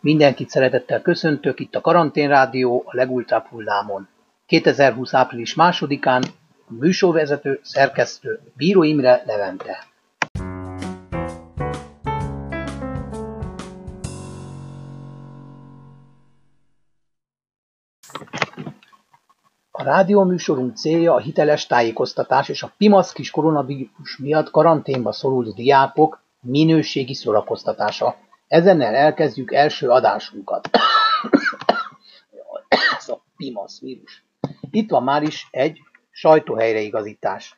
Mindenkit szeretettel köszöntök itt a Karanténrádió a legújabb hullámon. 2020. április 2-án a műsorvezető, szerkesztő Bíró Imre Levente. A rádióműsorunk célja a hiteles tájékoztatás és a pimaszkis koronavírus miatt karanténba szorult diákok minőségi szórakoztatása. Ezennel elkezdjük első adásunkat. Ez a pimasz vírus. Itt van már is egy sajtóhelyreigazítás.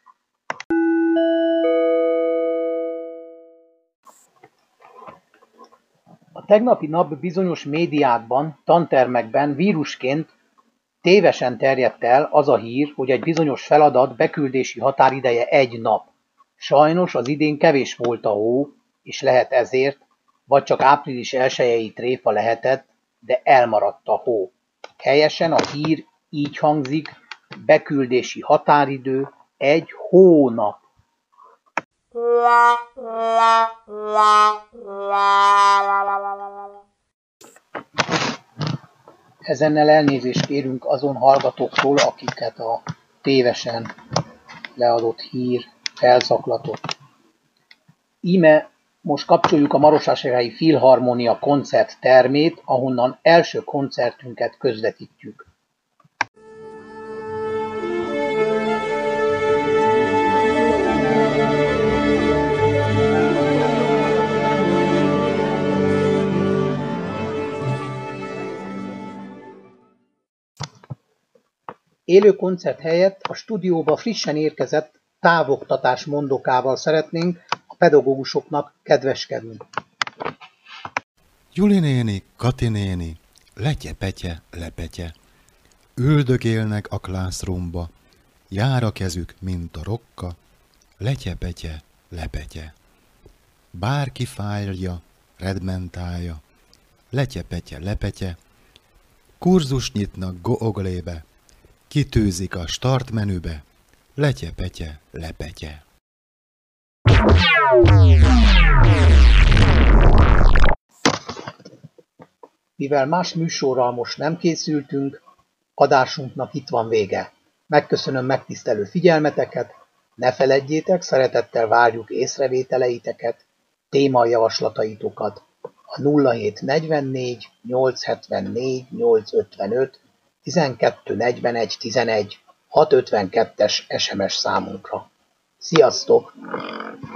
A tegnapi nap bizonyos médiákban, tantermekben vírusként tévesen terjedt el az a hír, hogy egy bizonyos feladat beküldési határideje egy nap. Sajnos az idén kevés volt a hó, és lehet ezért, vagy csak április 1-i tréfa lehetett, de elmaradt a hó. Helyesen a hír így hangzik, beküldési határidő egy hónap. Ezennel elnézést kérünk azon hallgatóktól, akiket a tévesen leadott hír felzaklatott. Íme most kapcsoljuk a Marosvásárhelyi Filharmonia koncerttermét, ahonnan első koncertünket közvetítjük. Élő koncert helyett a stúdióba frissen érkezett távoktatás mondokával szeretnénk a pedagógusoknak kedveskedni. Juli néni, Kati néni, letye-petye, lepetye. Üldögélnek a classroomba, jár a kezük, mint a rokka, letye-petye, lepetye. Bárki fájlja, redmentálja, letye-petye, lepetye. Kurzus nyitnak Googlébe, kitűzik a start menübe, letye-petye, lepetye. Mivel más műsorral most nem készültünk, adásunknak itt van vége. Megköszönöm megtisztelő figyelmeteket, ne feledjétek, szeretettel várjuk észrevételeiteket, témajavaslataitokat a 0744 874 855 12 41 11 652-es SMS számunkra. Sziasztok!